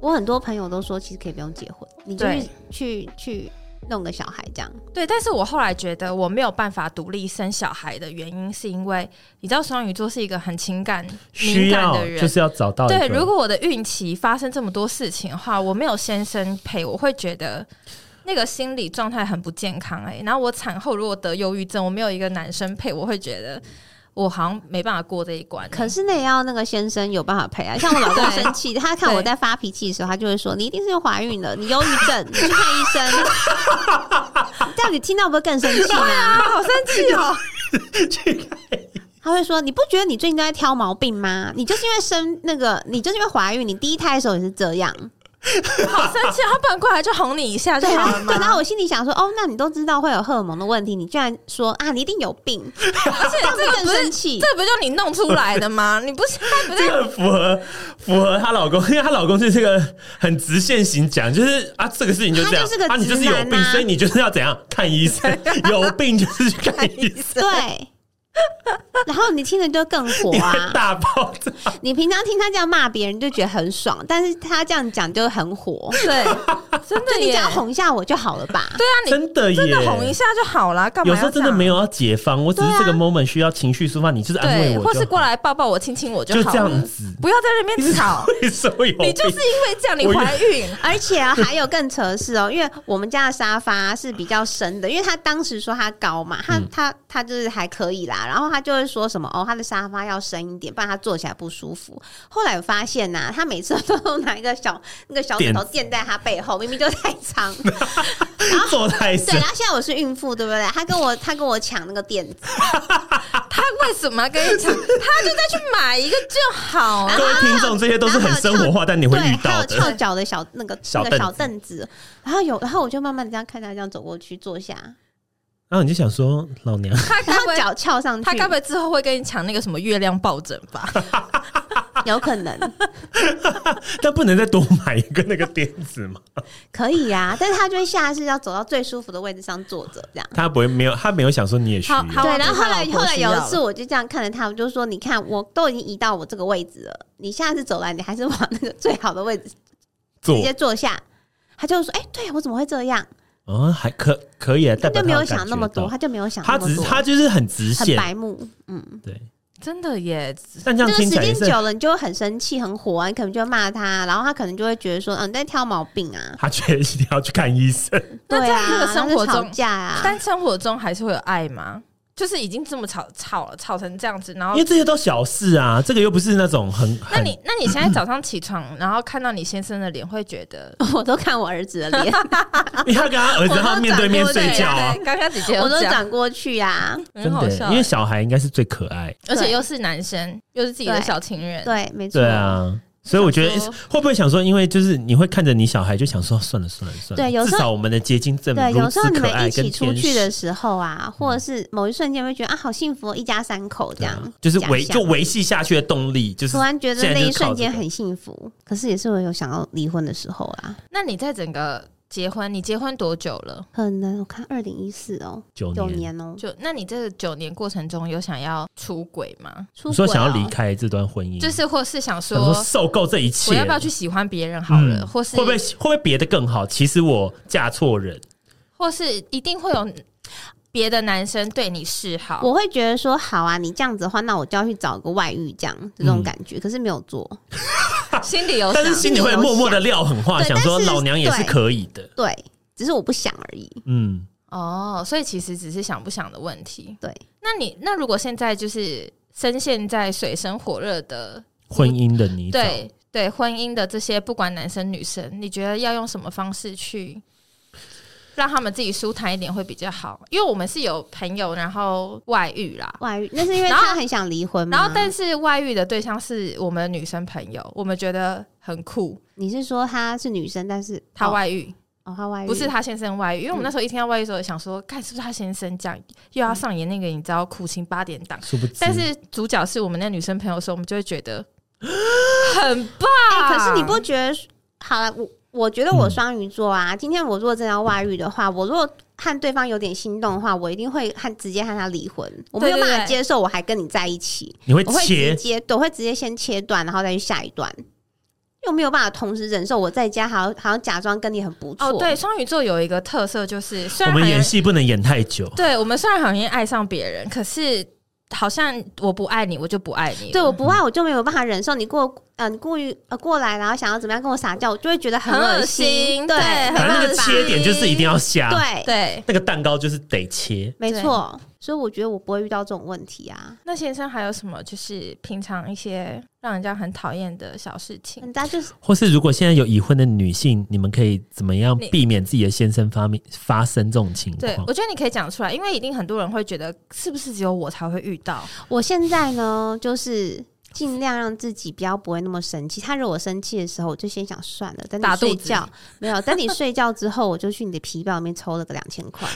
我很多朋友都说，其实可以不用结婚，你就去弄个小孩这样。 对，但是我后来觉得我没有办法独立生小孩的原因，是因为你知道双鱼座是一个很情感敏感的人， 就是要找到一个。 对，如果我的孕期发生这么多事情的话，我没有先生陪，我会觉得那个心理状态很不健康然后我产后如果得忧郁症，我没有一个男生陪，我会觉得我好像没办法过这一关可是那也要那个先生有办法陪啊。像我老公生气，他看我在发脾气的时候，他就会说：“你一定是怀孕了，你忧郁症，你去看医生。”这样你听到不会更生气吗？ 好生气哦！ 他会说：“你不觉得你最近都在挑毛病吗？你就是因为你就是因为怀孕，你第一胎的时候也是这样。” 好生气，他不然过来就哄你一下就好了嘛。 对，然后我心里想说，哦，那你都知道会有荷尔蒙的问题，你居然说啊，你一定有病， 而且这个更生气， 这不就你弄出来的吗？你不是这个符合她老公，因为她老公是这个很直线型讲，就是啊，这个事情就这样， 他就是个直男啊， 你就是有病，所以你就是要怎样看医生，有病就是去看医生， 对。然后你听着就更火啊， 大爆炸！ 你平常听他这样骂别人就觉得很爽，但是他这样讲就很火。 对，真的耶， 你只要哄一下我就好了吧？ 对啊，你真的耶， 真的哄一下就好了，干嘛？ 有时候真的没有要解放，我只是这个 moment 需要情绪抒发，你就是安慰我就好， 或是过来抱抱我、亲亲我就好了， 就这样子， 不要在那边吵。 你就是因为这样你怀孕， 而且还有更扯的是因为我们家的沙发是比较深的，因为他当时说他高嘛，他就是还可以啦，然后他就会说什么他的沙发要深一点，不然他坐起来不舒服。后来我发现他每次都拿一个那个小指头垫在他背后，明明就太长，然后坐太深。 对，然后现在我是孕妇，对不对？他跟我抢那个垫子， 他为什么要跟你抢？他就再去买一个就好了。 各位听众，这些都是很生活化，但你会遇到的。 还有翘脚的小凳子，然后我就慢慢这样看他这样走过去坐下。 然后你就想说，老娘， 然后脚翘上去， 他该不会之后会跟你抢那个什么月亮抱枕吧？ 有可能， 但不能再多买一个那个垫子吗？ 可以啊，但是他就会下次要走到最舒服的位置上坐着，这样。 他没有想说你也需要。 对，然后后来有一次，我就这样看着他，我就说：“你看，我都已经移到我这个位置了，你下次走来，你还是往那个最好的位置直接坐下。”他就说：“对我怎么会这样？” 还可以啊， 他就没有想那么多，他就没有想那么多， 他就是很直线， 很白目， 对， 真的耶。 但这样听起来这个时间久了，你就会很生气、很火你可能就会骂他，然后他可能就会觉得说，你在挑毛病啊。 他觉得一定要去看医生。 对啊， 这个生活中吵架啊， 但生活中还是会有爱吗？就是已经这么吵成这样子，然后因为这些都小事啊，这个又不是那种很。 那你现在早上起床，然后看到你先生的脸，会觉得我都看我儿子的脸， 因为他跟他儿子他面对面睡觉啊， 刚刚姐姐我都转过去啊， 真的，因为小孩应该是最可爱， 而且又是男生，又是自己的小情人， 对，没错， 对啊。所以我觉得会不会想说，因为就是你会看着你小孩，就想说算了， 对，有时候至少我们的结晶这么对，有时候你们一起跟出去的时候啊，或者是某一瞬间会觉得好幸福，一家三口这样， 就是维系下去的动力，就是突然觉得那一瞬间很幸福，可是也是我有想要离婚的时候啦。 那你在整个你结婚多久了？ 可能我看20149年那你这个9年过程中有想要出轨吗？ 你说想要离开这段婚姻， 就是或是想说受够这一切， 我要不要去喜欢别人好了？或是会不会别的更好？其实我嫁错人， 或是一定会有别的男生对你示好， 我会觉得说好啊，你这样子的话，那我就要去找个外遇这种感觉，可是没有做。 心里有想， 但是心里会默默的撂狠话，想说老娘也是可以的， 对，只是我不想而已。 所以其实只是想不想的问题。 对， 那如果现在就是深陷在水深火热的婚姻的泥沼， 对婚姻的这些不管男生女生，你觉得要用什么方式去让他们自己舒坦一点会比较好？因为我们是有朋友然后外遇， 那是因为他很想离婚吗？ 然后但是外遇的对象是我们女生朋友，我们觉得很酷。 你是说她是女生，但是她外遇？ 她外遇不是她先生外遇，因为我们那时候一听到外遇的时候想说，看是不是她先生这样又要上演那个你知道苦情8点档，但是主角是我们那女生朋友的时候，我们就会觉得很棒。 可是你不觉得好了？我觉得我双鱼座啊，今天我如果真的要外遇的话，我如果和对方有点心动的话，我一定会直接和他离婚。我没有办法接受我还跟你在一起， 你会我会直接先切断，然后再去下一段。 又没有办法同时忍受我在家好像假装跟你很不错。 哦，对，双鱼座有一个特色就是，虽然我们演戏不能演太久。 对，我们虽然很容易爱上别人，可是好像我不爱你，我就不爱你了。 对，我不爱我就没有办法忍受你你故意过来，然后想要怎么样跟我撒娇，我就会觉得很恶心。对， 反正那个切点就是一定要下。 对， 那个蛋糕就是得切。 没错。所以我觉得我不会遇到这种问题啊。 那先生还有什么就是平常一些让人家很讨厌的小事情？ 人家就是， 或是如果现在有已婚的女性，你们可以怎么样避免自己的先生发生这种情况？ 对，我觉得你可以讲出来，因为一定很多人会觉得是不是只有我才会遇到。 我现在呢，就是尽量让自己不会那么生气。他如果生气的时候，我就先想算了，等你睡觉。没有，等你睡觉之后，我就去你的皮包里面抽了个2000块。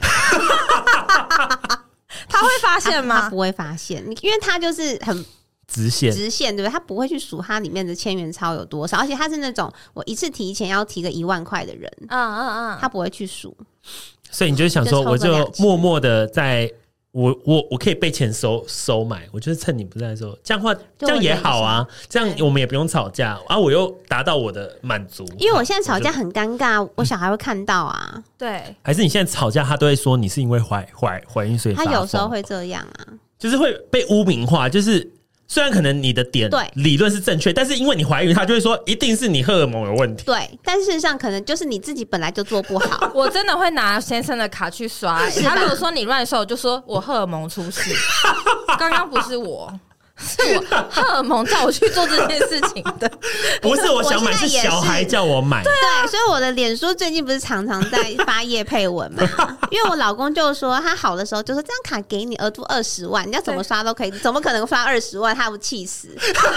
他会发现吗？ 他不会发现，因为他就是很直线， 对不对？他不会去数它里面的千元钞有多少，而且他是那种我一次提钱要提个1万块的人，他不会去数。 所以你就想说，我就默默的在。我可以被钱收买，我就是趁你不在的时候，这样也好啊，这样我们也不用吵架啊，我又达到我的满足。 因为我现在吵架很尴尬，我小孩会看到啊。 对， 还是你现在吵架，他都会说你是因为怀孕所以发疯。 他有时候会这样啊， 就是会被污名化，就是虽然可能你的点理论是正确，但是因为你怀孕，他就会说一定是你荷尔蒙有问题。 对，但事实上可能就是你自己本来就做不好。 我真的会拿先生的卡去刷，他如果说你乱刷，我就说我荷尔蒙出事，刚刚不是我。是我荷尔蒙叫我去做这件事情的， 不是我想买，是小孩叫我买。 对，所以我的脸书最近不是常常在发业配文嘛？因为我老公就说他好的时候就说这张卡给你额度20万，你要怎么刷都可以，怎么可能刷20万？他不气死。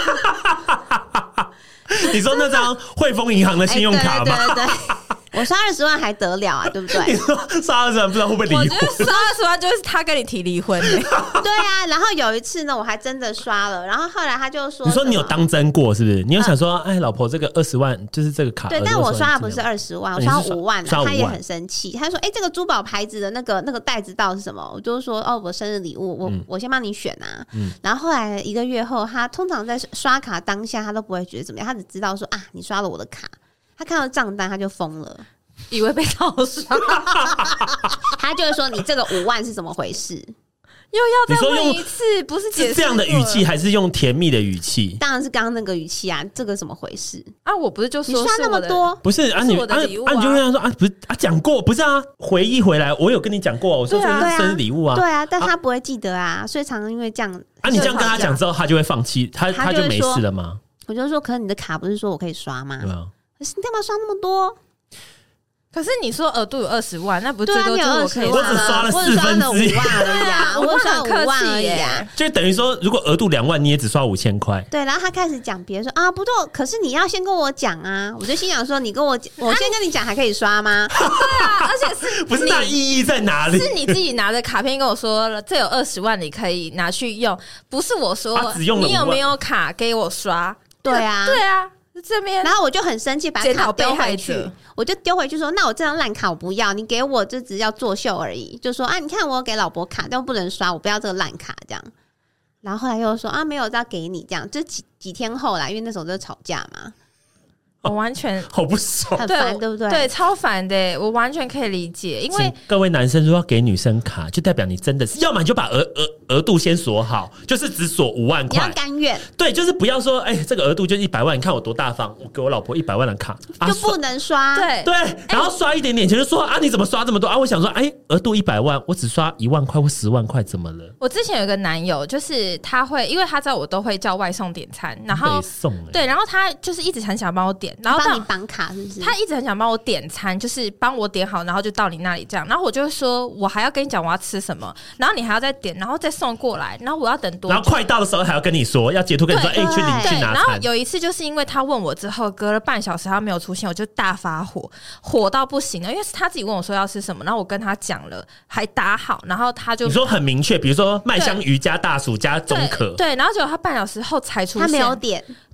你说那张汇丰银行的信用卡吗？ 对，我刷20万还得了啊，对不对？ 你说刷20万不知道会不会离婚？ 我觉得刷20万就是他跟你提离婚。对啊，然后有一次呢，我还真的刷了，然后后来他就说， 你说你有当真过是不是？你有想说，哎，老婆这个20万就是这个卡？ 对，但我刷的不是20万，我刷5万了，他也很生气，他说，哎，这个珠宝牌子的那个袋子到底是什么？我就说，哦，我生日礼物，我先帮你选啊。然后后来1个月后，他通常在刷卡当下，他都不会觉得怎么样，他只知道说啊，你刷了我的卡，他看到账单他就疯了。 以为被盗刷， 他就会说你这个5万是怎么回事？ 又要再问一次，不是解释这样的语气，还是用甜蜜的语气？ 当然是刚刚那个语气啊，这个怎么回事啊？我不是就说你刷那么多， 不是啊？你就跟他说啊，不是啊，讲过不是啊？回忆回来，我有跟你讲过，我说这是生日礼物啊， 对啊，但他不会记得啊，所以常常因为这样啊，你这样跟他讲之后，他就会放弃，他就没事了吗？ 我就说，可是你的卡不是说我可以刷吗？ 对啊， 可是你干嘛刷那么多？ 可是你说额度有20万，那不是最多就是我可以我只刷了1/4 而已啊，我刷5万而已啊， 就等于说，如果额度2万，你也只刷5000块。 对，然后他开始讲别人说啊，不对，可是你要先跟我讲啊，我就心想说，你跟我先跟你讲还可以刷吗？ 对啊，而且是不是那意义在哪里？ 是你自己拿着卡片跟我说了，这有20万，你可以拿去用，不是我说你有没有卡给我刷？ 对啊， 对啊。这边， 然后我就很生气，把卡丢回去，我就丢回去说：“那我这张烂卡我不要，你给我就只要作秀而已。”就说：“啊，你看我给老婆卡，但不能刷，我不要这个烂卡。”这样，然后后来又说：“啊，没有，再给你。”这样，就几天后来，因为那时候就吵架嘛。 我完全好不爽， 很烦，对不对？ 对，超烦的，我完全可以理解。因为各位男生如果要给女生卡，就代表你真的是，要么你就把额度先锁好，就是只锁5万块， 你要甘愿。 对，就是不要说，哎，这个额度就100万，你看我多大方，我给我老婆100万的卡， 就不能刷。 对，然后刷一点点钱就说啊，你怎么刷这么多啊？我想说，哎，额度100万，我只刷1万块或10万块，怎么了？ 我之前有一个男友，就是他会，因为他知道我都会叫外送点餐，然后对，然后他就是一直很想帮我点，然后帮你绑卡。是不是他一直很想帮我点餐，就是帮我点好，然后就到你那里这样。然后我就会说，我还要跟你讲我要吃什么，然后你还要再点，然后再送过来，然后我要等多久？ 然后快到的时候还要跟你说，要截图跟你说，哎，去拿餐。 然后有一次就是因为他问我之后，隔了半小时他没有出现，我就大发火，火到不行了，因为是他自己问我说要吃什么，然后我跟他讲了，还打好，然后他就你说很明确，比如说麦香鱼加大薯加中可， 对，然后结果他半小时后才出现， 他没有点。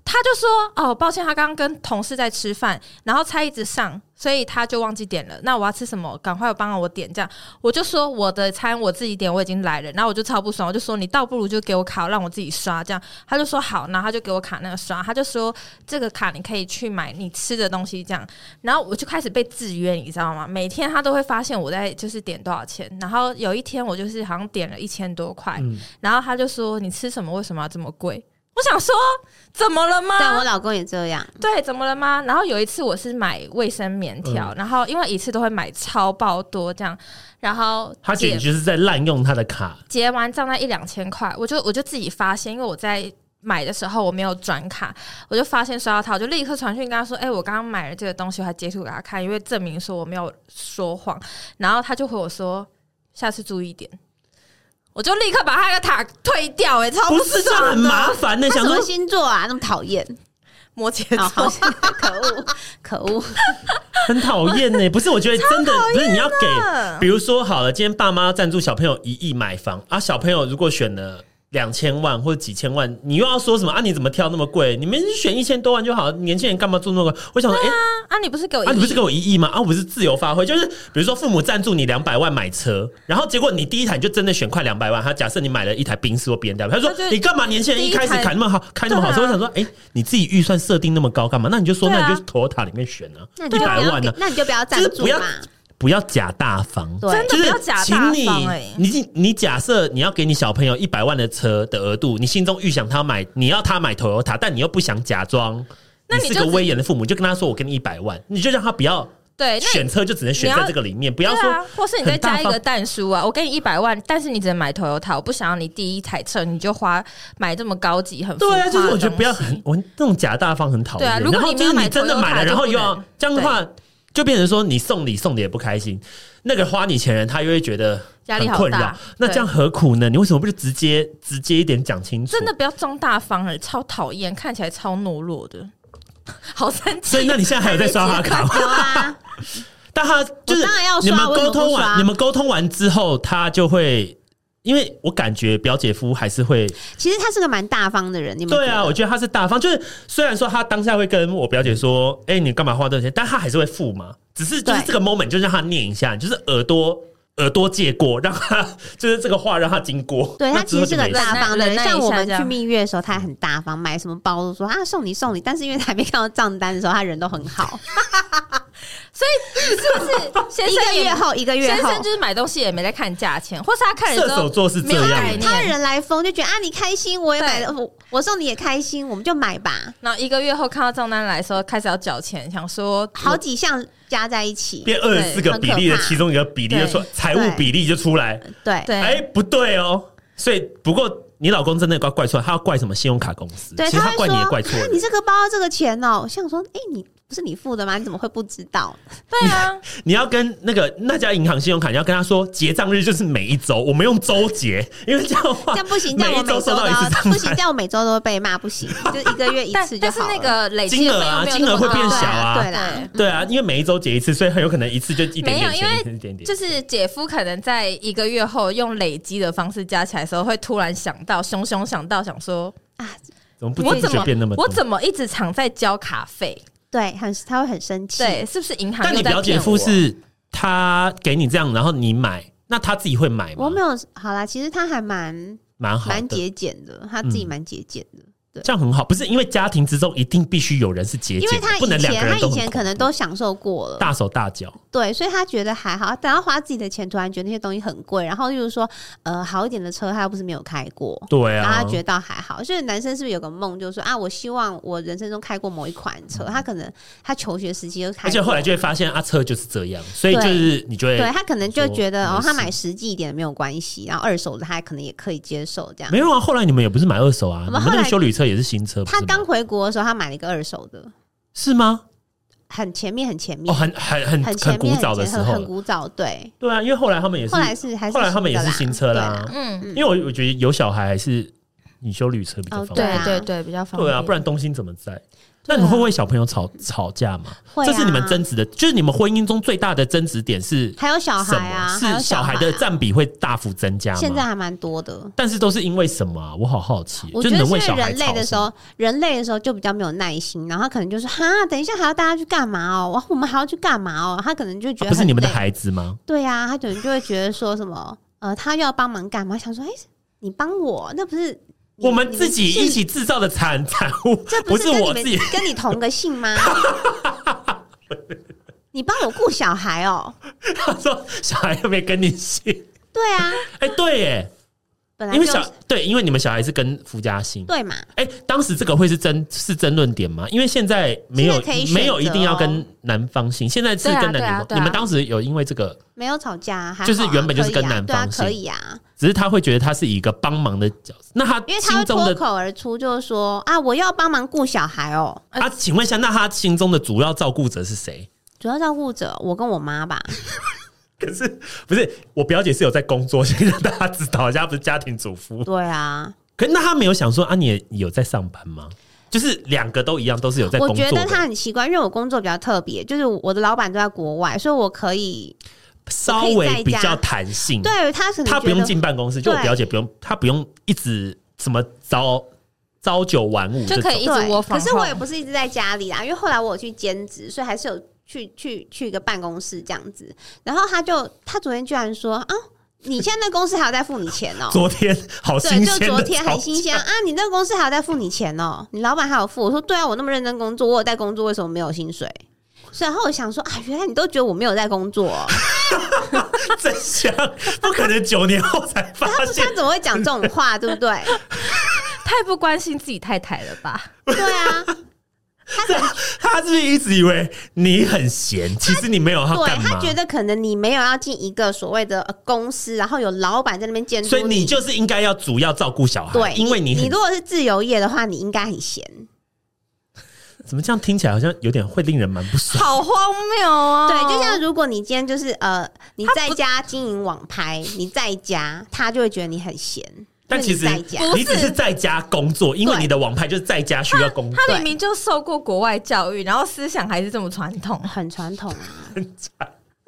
他就说哦，抱歉，他刚刚跟同事在吃饭，然后菜一直上，所以他就忘记点了。那我要吃什么？赶快帮我点。这样我就说我的餐我自己点，我已经来了。然后我就超不爽，我就说你倒不如就给我卡让我自己刷。这样他就说好，然后他就给我卡那个刷，他就说这个卡你可以去买你吃的东西这样。然后我就开始被制约，你知道吗？每天他都会发现我在就是点多少钱。然后有一天我就是好像点了1000多块，然后他就说你吃什么？为什么要这么贵？我想说怎么了吗？ 对，我老公也这样。 对，怎么了吗？然后有一次我是买卫生棉条，然后因为一次都会买超爆多这样，然后他简直就是在滥用他的卡， 结完账那1-2千块，我就自己发现，因为我在买的时候我没有转卡，我就发现刷到他，我就立刻传讯跟他说我刚刚买了这个东西，我还截图给他看，因为证明说我没有说谎。然后他就回我说下次注意一点。我就立刻把他的卡退掉，超不是就很麻烦的。 想说什么星座啊，那么讨厌， 摩羯座， 可恶，可恶， 很讨厌呢。不是，我觉得真的不是你要给，比如说好了，今天爸妈赞助小朋友1亿买房啊，小朋友如果选了2000万或者几千万，你又要说什么啊？你怎么挑那么贵？你们选1000多万就好，年轻人干嘛住那么贵？我想说， 你不是给我你不是给我1亿吗？我不是自由发挥，就是比如说父母赞助你200万买车，然后结果你第一台就真的选快200万，他假设你买了一台宾士或 BMW， 他说你干嘛年轻人一开始开那么好，开那么好车？我想说，你自己预算设定那么高干嘛？那你就说，那你就 Toyota 里面选啊，100万呢， 那你就不要赞助嘛。 不要假大方， 真的不要假大方。 你假设你要给你小朋友100万的车的额度，你心中预想你要他买 Toyota， 但你又不想假装你是个威严的父母，就跟他说我给你100万，你就让他不要选车，就只能选在这个里面，不要说或是你再加一个但书啊，我给你100万，但是你只能买 Toyota， 我不想要你第一台车你就买这么高级很浮夸的东西。 对啊，就是我觉得不要我这种假大方很讨厌。 对啊，如果你没有买 Toyota， 真的买了，然后又要这样的话。就变成说你送礼送的也不开心，那个花你钱人他又会觉得很困扰，那这样何苦呢？你为什么不就直接一点讲清楚？ 真的不要装大方了，超讨厌，看起来超懦弱的，好生气。 所以那你现在还有在刷他卡吗？ 有啊， 但他就是当然要刷， 你们沟通完之后，他就会。因为我感觉表姐夫还是会， 其实他是个蛮大方的人，你们对啊，我觉得他是大方，就是虽然说他当下会跟我表姐说，你干嘛花这钱，但他还是会付嘛，只是就是这个 moment 就让他念一下，就是耳朵借过，让他就是这个话让他经过。 对，他其实是个大方的人，像我们去蜜月的时候，他很大方，买什么包都说送你，但是因为还没看到账单的时候，他人都很好。 所以是不是一个月后， 先生就是买东西也没在看价钱，或是他看了之后射手座是这样， 他人来疯就觉得你开心，我也买了，我送你也开心，我们就买吧。 然后1个月后看到账单来的时候，开始要缴钱，想说好几项加在一起， 变24个比例的其中一个比例就出来，财务比例就出来。 对， 不对哦。所以不过你老公真的怪错，他要怪什么信用卡公司？ 对， 其实他怪你也怪错了。 你这个包这个钱我想说，你不是你付的吗？你怎么会不知道？ 对啊， 你要跟那家银行信用卡，你要跟他说结账日就是每一周，我们用周结，因为这样的话， 这样不行，这样我每周收到一次账单，不行，这样我每周都会被骂，不行，就1个月1次就好了。 但是那个累积金额啊，金额会变小啊， 对啦， 对啊，因为每一周结一次，所以很有可能一次就一点点钱， 没有，因为就是姐夫可能在1个月后用累积的方式加起来的时候，会突然想到，熊想到，想说怎么不自觉变那么多？ 我怎么一直常在交卡费？ 对，他会很生气。 对，是不是银行？ 但你表姐夫是他给你这样，然后你买，那他自己会买吗？ 我没有。好啦，其实他还蛮好，蛮节俭的，他自己蛮节俭的。 这样很好，不是因为家庭之中一定必须有人是节俭， 因为他不能两个人都他以前可能都享受过了， 大手大脚， 对，所以他觉得还好。等他花自己的钱，突然觉得那些东西很贵，然后例如说，好一点的车，他又不是没有开过， 对啊， 然后他觉得倒还好。所以男生是不是有个梦，就是说我希望我人生中开过某一款车，他可能他求学时期就开过， 而且后来就会发现车就是这样，所以就是你就会对他可能就觉得他买实际一点的没有关系，然后二手的他可能也可以接受这样。 没有啊，后来你们也不是买二手啊，你们那个休旅车也是新车， 他刚回国的时候，他买了一个二手的， 是吗？ 很前面很古早的时候， 很古早，对啊，因为后来他们也是， 后来他们也是新车啦，因为我觉得有小孩还是你休旅车比较方便。 对，比较方便。 对啊，不然东兴怎么在？那你们会不会小朋友吵架吗？ 会啊， 这是你们争执的，就是你们婚姻中最大的争执点是还有小孩啊， 是小孩的占比会大幅增加吗？ 现在还蛮多的， 但是都是因为什么啊？我好好奇。 我觉得是因为人类的时候就比较没有耐心，然后他可能就说哈，等一下还要大家去干嘛哦？我们还要去干嘛哦？他可能就觉得不是你们的孩子吗？ 对啊，他可能就会觉得说什么他要帮忙干嘛？想说你帮我，那不是。 我们自己一起制造的产物， 这不是我自己跟你同个姓吗？你帮我顾小孩哦。 他说小孩又没跟你姓。 对啊， 对耶， 本来因为你们小孩是跟夫家姓， 对嘛？ 当时这个会是争论点吗？因为现在没有一定要跟男方姓，现在是跟男方。你们当时有因为这个没有吵架， 就是原本就是跟男方姓， 可以啊。 只是他会觉得他是一个帮忙的角色，那他因为他会脱口而出就是说啊，我要帮忙顾小孩哦。 请问一下，那他心中的主要照顾者是谁？ 主要照顾者，我跟我妈吧。 可是不是我表姐是有在工作，先让大家知道，人家不是家庭主妇。 对啊， 可是那他没有想说啊，你也有在上班吗？就是两个都一样，都是有在工作的。 我觉得他很奇怪，因为我工作比较特别，就是我的老板都在国外，所以我可以。 稍微比较弹性， 对他不用进办公室，就我表姐不用，她不用一直什么朝九晚五就可以一直窝房。 可是我也不是一直在家里啦，因为后来我有去兼职，所以还是有去一个办公室这样子。然后他昨天居然说啊，你现在那公司还要再付你钱哦。 昨天好新鲜， 对，就昨天很新鲜啊！你那个公司还要再付你钱哦，你老板还有付。我说对啊，我那么认真工作，我有在工作，为什么没有薪水？然后我想说啊，原来你都觉得我没有在工作哦。 真香，不可能9年后才发现。 他怎么会讲这种话，对不对？ 太不关心自己太太了吧？ 对啊， 他是不是一直以为你很闲？其实你没有要干嘛？ 对，他觉得可能你没有要进一个所谓的公司，然后有老板在那边监督你， 所以你就是应该要主要照顾小孩。 对， 因为你如果是自由业的话，你应该很闲。 怎么这样听起来好像有点会令人蛮不爽？ 好荒谬哦！ 对，就像如果你今天就是你在家经营网拍，你在家，他就会觉得你很闲。 但其实你只是在家工作，因为你的网拍就是在家需要工作。 他明明就受过国外教育，然后思想还是这么传统， 很传统啊， 很惨。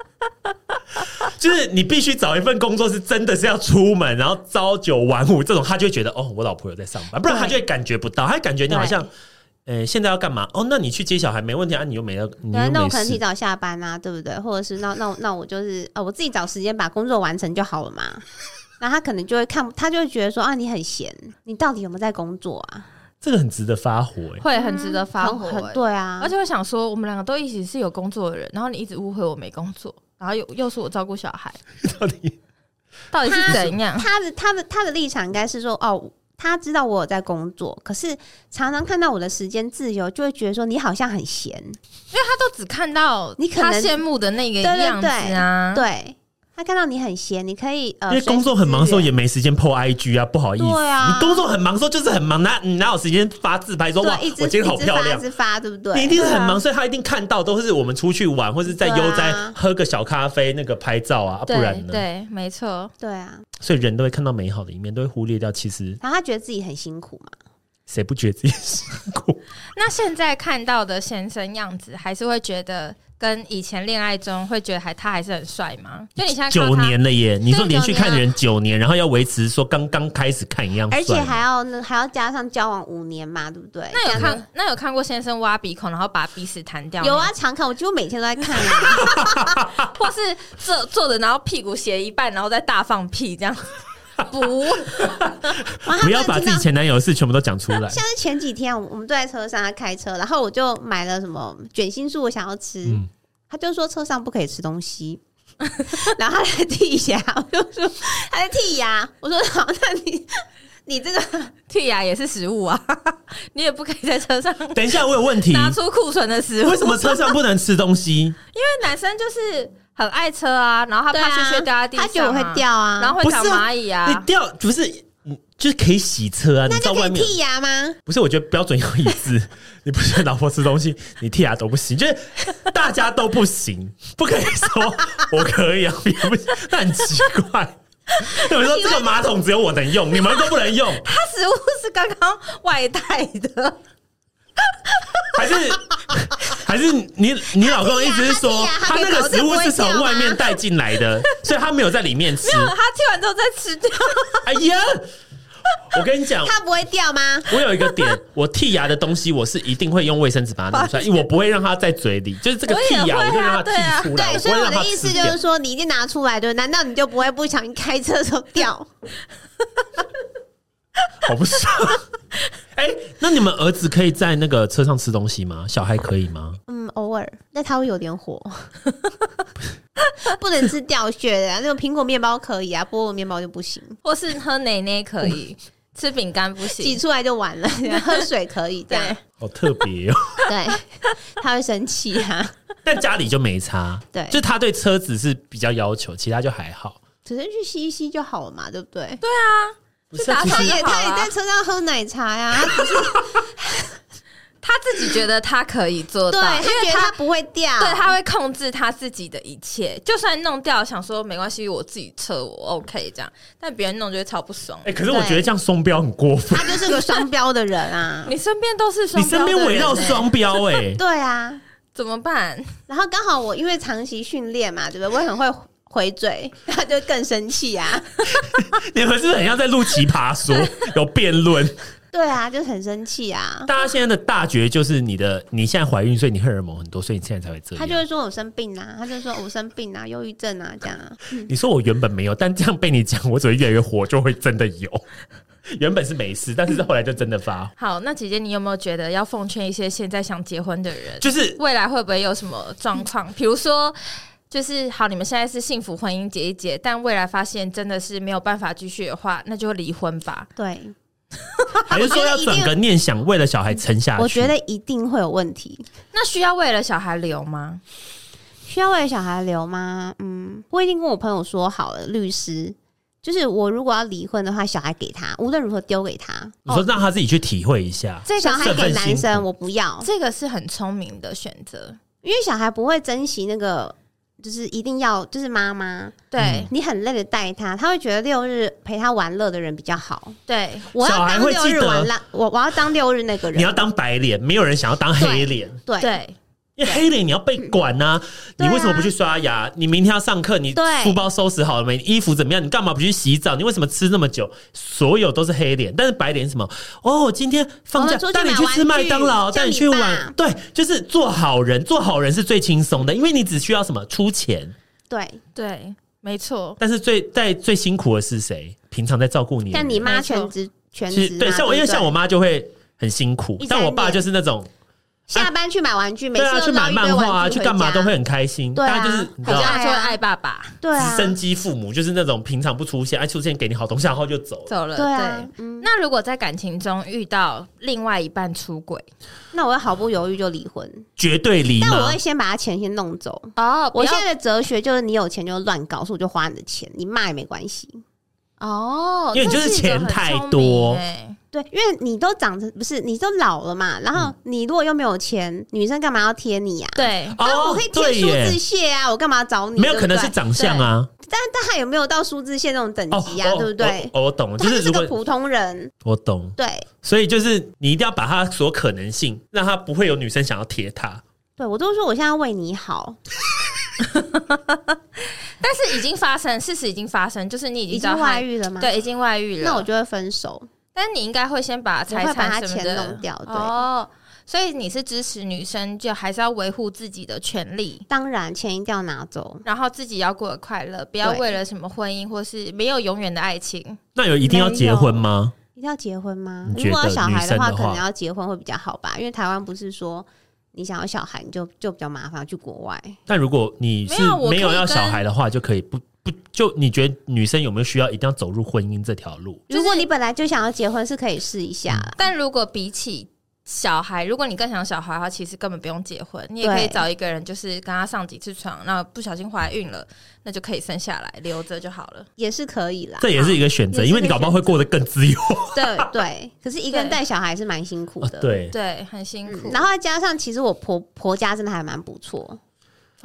就是你必须找一份工作是真的是要出门，然后朝九晚五这种，他就会觉得哦，我老婆有在上班，不然他就会感觉不到，他会感觉你好像。现在要干嘛？哦，那你去接小孩没问题啊，你又没有， 那我可能提早下班啊，对不对？或者是那我就是我自己找时间把工作完成就好了嘛。那他可能就会他就会觉得说啊，你很闲，你到底有没有在工作啊？ 这个很值得发火会很值得发火对啊， 而且会想说，我们两个都一起是有工作的人，然后你一直误会我没工作，然后又是我照顾小孩，到底是怎样？ 他的立场应该是说哦。他知道我有在工作，可是常常看到我的时间自由，就会觉得说你好像很闲，因为他都只看到你他羡慕的那个样子啊。 对，他看到你很闲，你可以因为工作很忙的时候也没时间 po IG 啊，不好意思。对啊，你工作很忙的时候就是很忙，哪有时间发自拍说哇，我今天好漂亮， 一直发，对不对？ 你一定是很忙，所以他一定看到都是我们出去玩，或是在悠哉喝个小咖啡那个拍照啊，不然呢？ 对，没错， 对啊。 所以人都会看到美好的一面，都会忽略掉其实。 然后他觉得自己很辛苦嘛？ 谁不觉得自己辛苦？ 那现在看到的先生样子，还是会觉得跟以前恋爱中会觉得他还是很帅吗？就你现在 9年了耶！你说连续看人9年，然后要维持说刚刚开始看一样帅， 而且还要加上交往5年嘛，对不对？ 那有看过先生挖鼻孔，然后把鼻屎弹掉？ 有啊，常看，我几乎每天都在看啊。 或是坐着，然后屁股斜一半，然后再大放屁这样。 不要把自己前男友的事全部都讲出来。 像是前几天我们都在车上，他开车，然后我就买了什么卷心酥，我想要吃，他就说车上不可以吃东西，然后他在剔牙，我就说他在剔牙，我说好，那你这个剔牙也是食物啊，你也不可以在车上。 等一下，我有问题， 拿出库存的食物。 为什么车上不能吃东西？ 因为男生就是很爱车啊，然后他怕屑屑掉在地上， 他觉得我会掉啊， 然后会长蚂蚁啊。 你掉不是就是可以洗车啊？ 那就可以剔牙吗？ 不是，我觉得标准要一致。你不是老婆吃东西，你剔牙都不行，就是大家都不行，不可以说我可以啊，也不行，那很奇怪。 有人说这个马桶只有我能用，你们都不能用。 他食物是刚刚外带的， 还是你老公意思是说，他那个食物是从外面带进来的，所以他没有在里面吃。 没有，他剔完之后再吃掉。 哎呀！我跟你讲， 它不会掉吗？ 我有一个点，我剔牙的东西，我是一定会用卫生纸把它弄出来，因为我不会让它在嘴里，就是这个剔牙，我就让它剔出来。 对，所以我的意思就是说，你已经拿出来的，难道你就不会不小心开车的时候掉？ 好不爽！那你们儿子可以在那个车上吃东西吗？小孩可以吗？ 偶尔，但他会有点火。不能吃掉屑的，那种苹果面包可以啊，菠萝面包就不行。 或是喝奶奶可以，吃饼干不行， 挤出来就完了。喝水可以，这样好特别哦。 对，他会生气啊。 但家里就没差， 对， 就他对车子是比较要求，其他就还好。 只是去吸一吸就好了嘛，对不对？ 对啊， 不是就打他扫也在车上喝奶茶呀， 他自己觉得他可以做到， 对， 因为他觉得他不会掉， 对，他会控制他自己的一切，就算弄掉，想说没关系，我自己测我 OK 这样，但别人弄就会超不爽。 可是我觉得这样双标很过分， 他就是个双标的人啊！ 你身边都是双标的人， 你身边围绕双标对啊， 怎么办？ 然后刚好我因为长期训练嘛，对不对？我很会回嘴，他就更生气啊！ 你们是不是很像在录奇葩说，有辩论？ 对啊，就很生气啊！ 大家现在的大绝就是你现在怀孕，所以你荷尔蒙很多，所以你现在才会这样。 他就会说我生病啊，他就说我生病啊，忧郁症啊，这样啊。 你说我原本没有，但这样被你讲，我只会越来越火，就会真的有。原本是没事，但是后来就真的发。 好，那姐姐，你有没有觉得要奉劝一些现在想结婚的人， 就是未来会不会有什么状况？比如说，就是好，你们现在是幸福婚姻结一结，但未来发现真的是没有办法继续的话，那就离婚吧。 对。 还是说要转个念想，为了小孩撑下去？ 我觉得一定会有问题。 那需要为了小孩留吗？ 需要为了小孩留吗？我已经跟我朋友说好了，律师就是我如果要离婚的话，小孩给他，无论如何丢给他。 你说让他自己去体会一下， 这小孩给男生我不要， 这个是很聪明的选择， 因为小孩不会珍惜那个。就是一定要，就是妈妈， 对你很累的带他，他会觉得6日陪他玩乐的人比较好。 对， 我要当6日玩乐，我要当6日那个人。 你要当白脸，没有人想要当黑脸。 对。 因为黑脸你要被管啊，你为什么不去刷牙？你明天要上课，你书包收拾好了没？衣服怎么样？你干嘛不去洗澡？你为什么吃那么久？所有都是黑脸，但是白脸是什么？哦，今天放假带你去吃麦当劳，带你去玩，对，就是做好人。做好人是最轻松的，因为你只需要什么出钱。 对，没错。 但是最辛苦的是谁？平常在照顾你， 像你妈全职， 对，像我妈就会很辛苦，但我爸就是那种。 下班去买玩具，每次去买漫画啊，去干嘛都会很开心。 对啊， 就是回家就会爱爸爸。 对啊， 直升机父母就是那种平常不出现，出现给你好东西，然后就走了。对，那如果在感情中遇到另外一半出轨， 那我会毫不犹豫就离婚， 绝对离。 但我会先把他钱先弄走。哦，我现在的哲学就是你有钱就乱搞，所以我就花你的钱，你骂也没关系。 哦， 因为你就是钱太多。 对，因为你都长成不是，你都老了嘛，然后你如果又没有钱，女生干嘛要贴你啊？ 对， 我可以贴数字线啊，我干嘛找你？ 没有可能是长相啊， 但他有没有到数字线那种等级啊？对不对？ 我懂，就是个普通人， 我懂。 对， 所以就是你一定要把他所有可能性，让他不会有女生想要贴他。 对，我都说我现在为你好。 但是已经发生，事实已经发生，就是你已经外遇了吗？ 对，已经外遇了， 那我就会分手。 但是你应该会先把财产什么的弄掉，对。 哦，所以你是支持女生就还是要维护自己的权利？ 当然，钱一定要拿走， 然后自己要过得快乐，不要为了什么婚姻或是没有永远的爱情。 那有一定要结婚吗？ 一定要结婚吗？如果要小孩的话，可能要结婚会比较好吧，因为台湾不是说。你想要小孩，你就比较麻烦去国外。 但如果你是没有要小孩的话，就可以不就你觉得女生有没有需要一定要走入婚姻这条路？ 如果你本来就想要结婚，是可以试一下啦。 但如果比起小孩，如果你更想小孩的话，其实根本不用结婚，你也可以找一个人，就是跟他上几次床，那不小心怀孕了，那就可以生下来留着就好了， 也是可以啦。 这也是一个选择，因为你搞不好会过得更自由。 对，可是一个人带小孩是蛮辛苦的， 对， 很辛苦。 然后再加上，其实我婆家真的还蛮不错。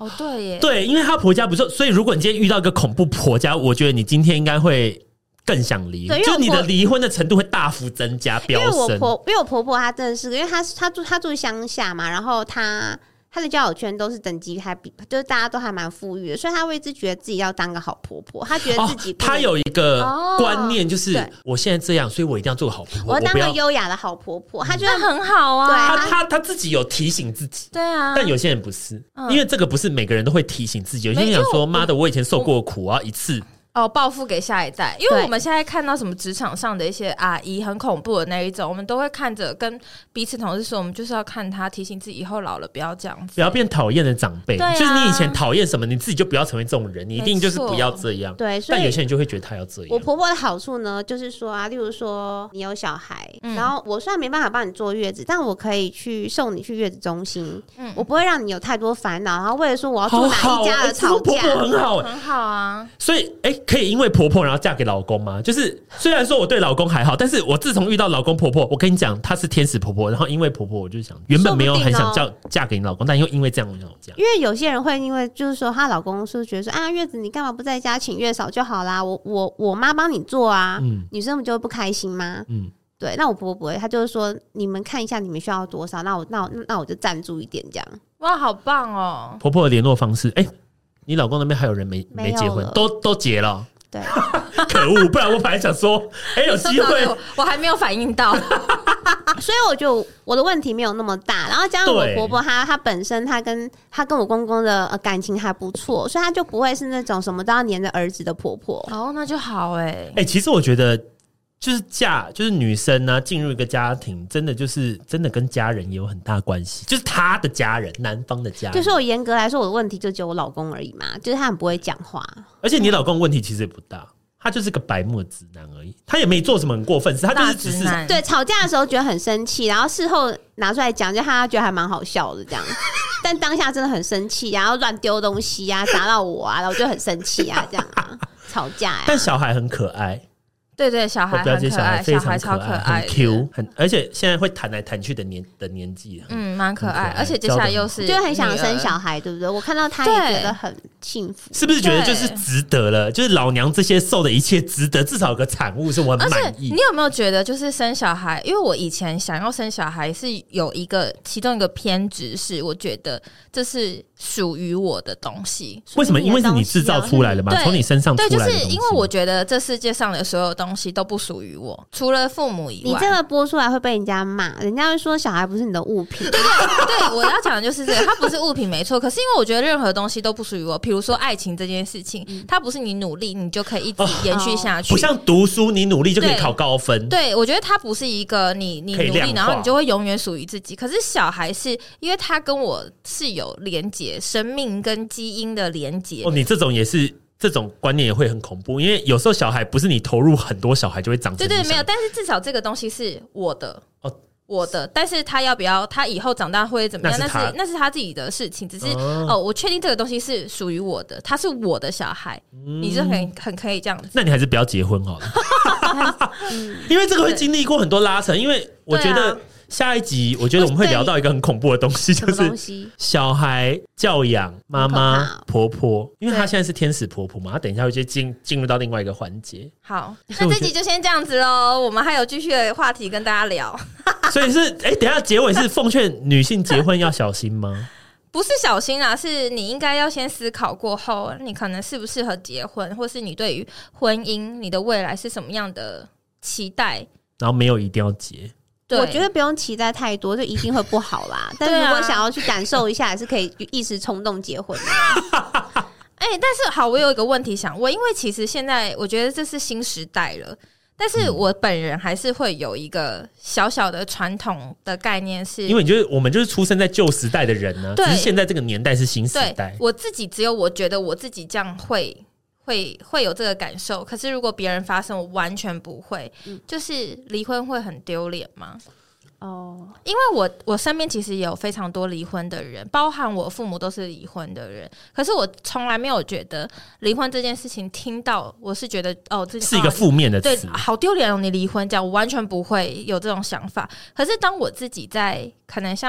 哦，对耶， 对，因为她婆家不错，所以如果你今天遇到一个恐怖婆家，我觉得你今天应该会更想离，就你的离婚的程度会大幅增加飙升。 因为我婆婆她真的是，因为她住乡下嘛，然后她的交友圈都是等级还比，就是大家都还蛮富裕的，所以她会一直觉得自己要当个好婆婆，她觉得自己她有一个观念，就是我现在这样，所以我一定要做个好婆婆， 我要当个优雅的好婆婆，她觉得很好啊。 她自己有提醒自己， 对啊， 但有些人不是，因为这个不是每个人都会提醒自己，有些人想说妈的，我以前受过苦啊，一次。 报复给下一代，因为我们现在看到什么职场上的一些阿姨很恐怖的那一种，我们都会看着跟彼此同事说，我们就是要看他，提醒自己以后老了不要这样子， 不要变讨厌的长辈。就是你以前讨厌什么，你自己就不要成为这种人，你一定就是不要这样。 对， 但有些人就会觉得他要这样。 我婆婆的好处呢，就是说啊，例如说你有小孩，然后我虽然没办法帮你坐月子，但我可以去送你去月子中心，我不会让你有太多烦恼，然后为了说我要住哪一家的吵架， 婆婆很好， 很好啊。 所以可以因为婆婆然后嫁给老公吗？就是虽然说我对老公还好，但是我自从遇到老公婆婆，我跟你讲，她是天使婆婆。然后因为婆婆，我就想原本没有很想嫁给你老公，但又因为这样，我想嫁。 因为有些人会因为就是说，她老公是觉得说啊，月子你干嘛不在家请月嫂就好啦？我妈帮你做啊，女生不就会不开心吗？对，那我婆婆不会，她就是说你们看一下你们需要多少，那我就赞助一点这样。 哇，好棒哦！ 婆婆的联络方式，你老公那边还有人没结婚，都结了。 对， 可恶！不然我本来想说，有机会， 我还没有反应到， 所以我觉得我的问题没有那么大。然后加上我婆婆她本身她跟我公公的感情还不错，所以她就不会是那种什么都要黏着儿子的婆婆。 哦，那就好其实我觉得就是女生呢进入一个家庭，真的跟家人也有很大关系，就是她的家人，男方的家人。 就是我严格来说，我的问题就只有我老公而已嘛，就是他很不会讲话。 而且你老公问题其实也不大，他就是个白目直男而已，他也没做什么很过分事，他就是只是对吵架的时候觉得很生气，然后事后拿出来讲，就他觉得还蛮好笑的这样。但当下真的很生气，然后乱丢东西啊，砸到我啊，然后我就很生气啊，这样吵架呀。 但小孩很可爱。 对，小孩很可爱， 小孩超可爱， 很 Q， 而且现在会弹来弹去的年纪， 蛮可爱。而且接下来又是就很想生小孩，对不对？我看到他也觉得很幸福， 是不是觉得就是值得了？就是老娘这些受的一切值得，至少有个产物是我很满意。 你有没有觉得，就是生小孩？因为我以前想要生小孩是有其中一个偏执，是我觉得这是属于我的东西。 为什么？因为是你制造出来的嘛，从你身上出来的东西。 对，就是因为我觉得这世界上的所有东西都不属于我，除了父母以外。 你这个播出来会被人家骂，人家会说小孩不是你的物品。 对，我要讲的就是这个，它不是物品没错，可是因为我觉得任何东西都不属于我，比如说爱情这件事情，它不是你努力你就可以一直延续下去， 不像读书你努力就可以考高分。 对，我觉得它不是一个你努力然后你就会永远属于自己。可是小孩是因为他跟我是有连结，生命跟基因的连结。 你这种也是。这种观念也会很恐怖，因为有时候小孩不是你投入很多，小孩就会长成。 对，没有，但是至少这个东西是我的，我的。但是他要不要，他以后长大会怎么样？那是他自己的事情。只是我确定这个东西是属于我的，他是我的小孩，你就很可以这样子。 那你还是不要结婚好了，因为这个会经历过很多拉扯。因为我觉得。下一集我觉得我们会聊到一个很恐怖的东西，就是小孩教养妈妈婆婆，因为她现在是天使婆婆嘛，她等一下会进入到另外一个环节。 好，那这集就先这样子咯，我们还有继续的话题跟大家聊。 所以是等一下结尾是奉劝女性结婚要小心吗？ 不是小心啊，是你应该要先思考过后，你可能适不适合结婚，或是你对于婚姻你的未来是什么样的期待，然后没有一定要结。我觉得不用期待太多，就一定会不好啦。但是如果想要去感受一下，还是可以一时冲动结婚的。但是好，我有一个问题想问，因为其实现在我觉得这是新时代了，但是我本人还是会有一个小小的传统的概念是，因为我们就是出生在旧时代的人呢，只是现在这个年代是新时代。我自己只有我觉得我自己这样会有这个感受，可是如果别人发生，我完全不会。就是离婚会很丢脸吗？因为我身边其实也有非常多离婚的人，包含我父母都是离婚的人，可是我从来没有觉得离婚这件事情听到我是觉得这是一个负面的词，对，好丢脸你离婚这样，我完全不会有这种想法。可是当我自己在可能像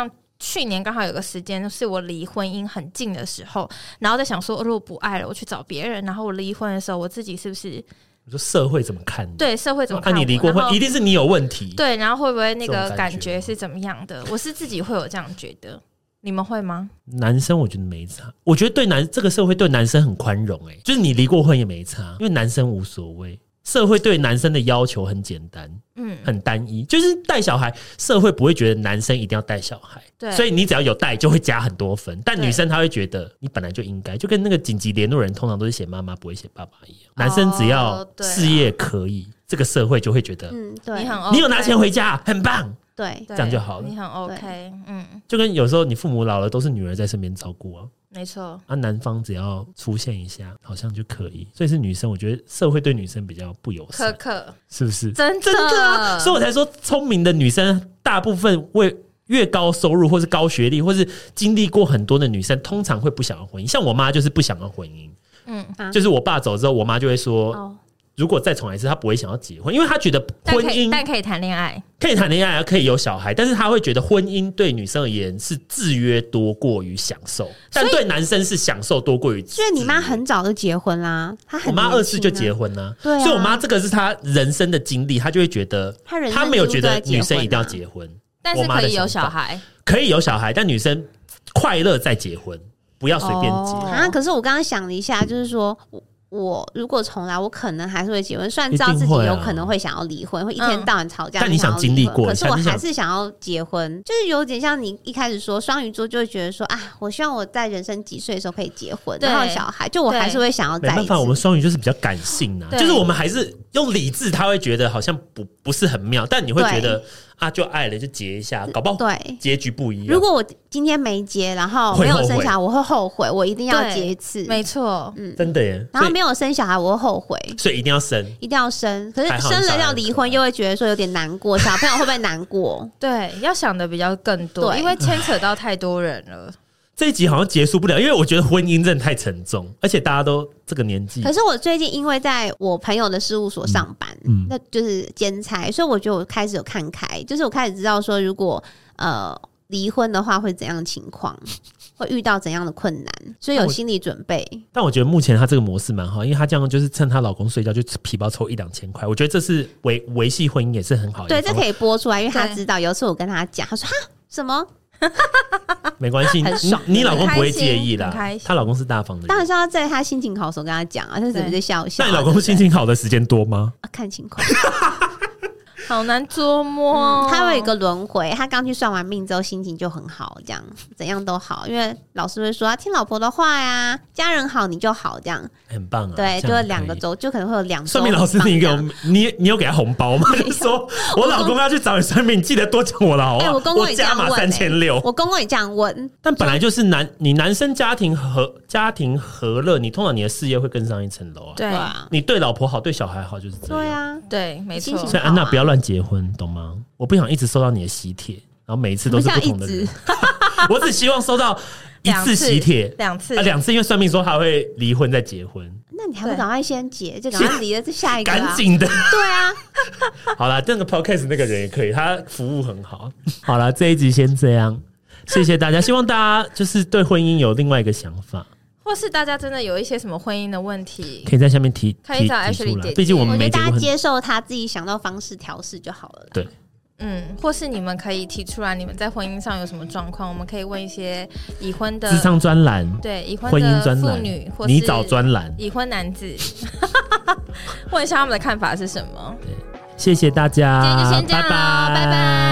去年刚好有个时间是我离婚姻很近的时候，然后在想说，如果不爱了，我去找别人，然后我离婚的时候，我自己是不是？ 你说社会怎么看你？ 对，社会怎么看我？ 你离过婚，一定是你有问题。 对，然后会不会那个感觉是怎么样的？我是自己会有这样觉得，你们会吗？ 男生我觉得没差，我觉得这个社会对男生很宽容，就是你离过婚也没差，因为男生无所谓。社会对男生的要求很简单，很单一，就是带小孩，社会不会觉得男生一定要带小孩，对，所以你只要有带就会加很多分。但女生她会觉得你本来就应该，就跟那个紧急联络人通常都是写妈妈不会写爸爸一样。男生只要事业可以，这个社会就会觉得， 对， 你有拿钱回家，很棒， 对， 这样就好了， 你很 OK， 就跟有时候你父母老了，都是女儿在身边照顾啊。 没错， 男方只要出现一下，好像就可以。所以是女生，我觉得社会对女生比较不友善， 苛刻， 是不是？ 真的啊！所以我才说，聪明的女生大部分越高收入，或是高学历，或是经历过很多的女生，通常会不想要婚姻。像我妈就是不想要婚姻，就是我爸走之后，我妈就会说。如果再重来一次，他不会想要结婚，因为他觉得婚姻但可以谈恋爱， 可以谈恋爱，可以有小孩，但是他会觉得婚姻对女生而言是制约多过于享受，但对男生是享受多过于制约。 所以你妈很早就结婚啦， 我妈24就结婚啦，对所以我妈这个是她人生的经历，她就会觉得她没有觉得女生一定要结婚， 但是可以有小孩， 可以有小孩，但女生快乐再结婚，不要随便结啊。可是我刚刚想了一下，就是说。我如果重来，我可能还是会结婚。虽然知道自己有可能会想要离婚，会一天到晚吵架， 但你想经历过， 可是我还是想要结婚。就是有点像你一开始说双鱼座，就会觉得说啊，我希望我在人生几岁的时候可以结婚，然后有小孩。就我还是会想要在一起。 没办法，我们双鱼就是比较感性啊，就是我们还是用理智，他会觉得好像不是很妙，但你会觉得。啊，就爱了就结一下，搞不好对结局不一样。 如果我今天没结，然后没有生小孩，我会后悔。我一定要结一次， 没错， 真的耶。 然后没有生小孩，我会后悔， 所以一定要生， 一定要生。可是生了要离婚，又会觉得说有点难过，小朋友会不会难过？ 对，要想的比较更多，因为牵扯到太多人了。 这一集好像结束不了，因为我觉得婚姻真的太沉重，而且大家都这个年纪。 可是我最近因为在我朋友的事务所上班，那就是兼差，所以我觉得我开始有看开，就是我开始知道说，如果离婚的话会怎样的情况，会遇到怎样的困难，所以有心理准备。 但我觉得目前她这个模式蛮好，因为她这样就是趁她老公睡觉就皮包抽1-2千块，我觉得这是维系婚姻也是很好的。 对，这可以播出来，因为她知道。有一次我跟她讲，她说哈什么？ 没关系，你老公不会介意啦。她老公是大方的人， 当然是要在她心情好的时候跟她讲啊，她只是在笑笑。 那你老公心情好的时间多吗？ 看情况。 好难捉摸， 他有一个轮回。他刚去算完命之后，心情就很好，这样怎样都好，因为老师会说要听老婆的话呀，家人好你就好，这样很棒啊。 对，就是2个周，就可能会有2周。 算命老师，你有给他红包吗？就说我老公要去找你算命，你记得多讲我的好话。 我公公也这样问 ，3600。 我公公也这样问。 但本来就是你男生家庭和乐，你通常你的事业会更上一层楼啊。 对啊， 你对老婆好，对小孩好，就是这样。 对啊， 对，没错。 所以安娜不要乱结婚，懂吗？我不想一直收到你的喜帖，然后每一次都是不同的人。我只希望收到一次喜帖 ，2次 ，2次，因为算命说他会离婚再结婚。 那你还不赶快先结，就赶快离了，下一个赶紧的。 对啊， 好啦，这个 podcast 那个人也可以，他服务很好。好啦，这一集先这样，谢谢大家。希望大家就是对婚姻有另外一个想法。 或是大家真的有一些什么婚姻的问题， 可以在下面提可以找 Ashley 姐姐。 毕竟我们没结过婚， 大家接受他自己想到方式调试就好了。 对， 或是你们可以提出来，你们在婚姻上有什么状况，我们可以问一些已婚的諮商专栏， 对，已婚姻专栏， 妇女，或你找专栏， 已婚男子，问一下他们的看法是什么。 谢谢大家， 今天就先这样咯，拜拜。